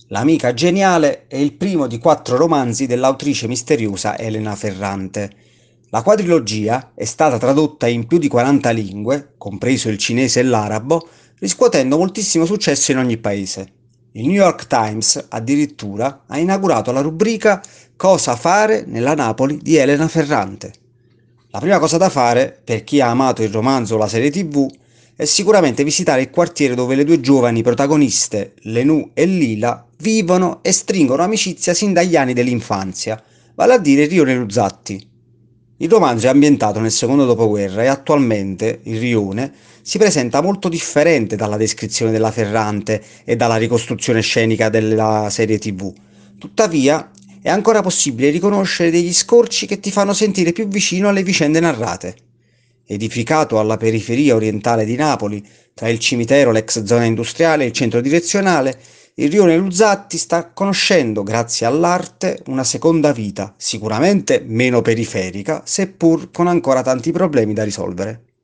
L'amica geniale è il primo di 4 romanzi dell'autrice misteriosa Elena Ferrante. La quadrilogia è stata tradotta in più di 40 lingue, compreso il cinese e l'arabo, riscuotendo moltissimo successo in ogni paese. Il New York Times addirittura ha inaugurato la rubrica Cosa fare nella Napoli di Elena Ferrante. La prima cosa da fare, per chi ha amato il romanzo o la serie TV, è sicuramente visitare il quartiere dove le due giovani protagoniste, Lenù e Lila, vivono e stringono amicizia sin dagli anni dell'infanzia, vale a dire il rione Luzzatti. Il romanzo è ambientato nel secondo dopoguerra e attualmente il rione si presenta molto differente dalla descrizione della Ferrante e dalla ricostruzione scenica della serie TV. Tuttavia, è ancora possibile riconoscere degli scorci che ti fanno sentire più vicino alle vicende narrate. Edificato alla periferia orientale di Napoli, tra il cimitero, l'ex zona industriale e il centro direzionale, il rione Luzzatti sta conoscendo, grazie all'arte, una seconda vita, sicuramente meno periferica, seppur con ancora tanti problemi da risolvere.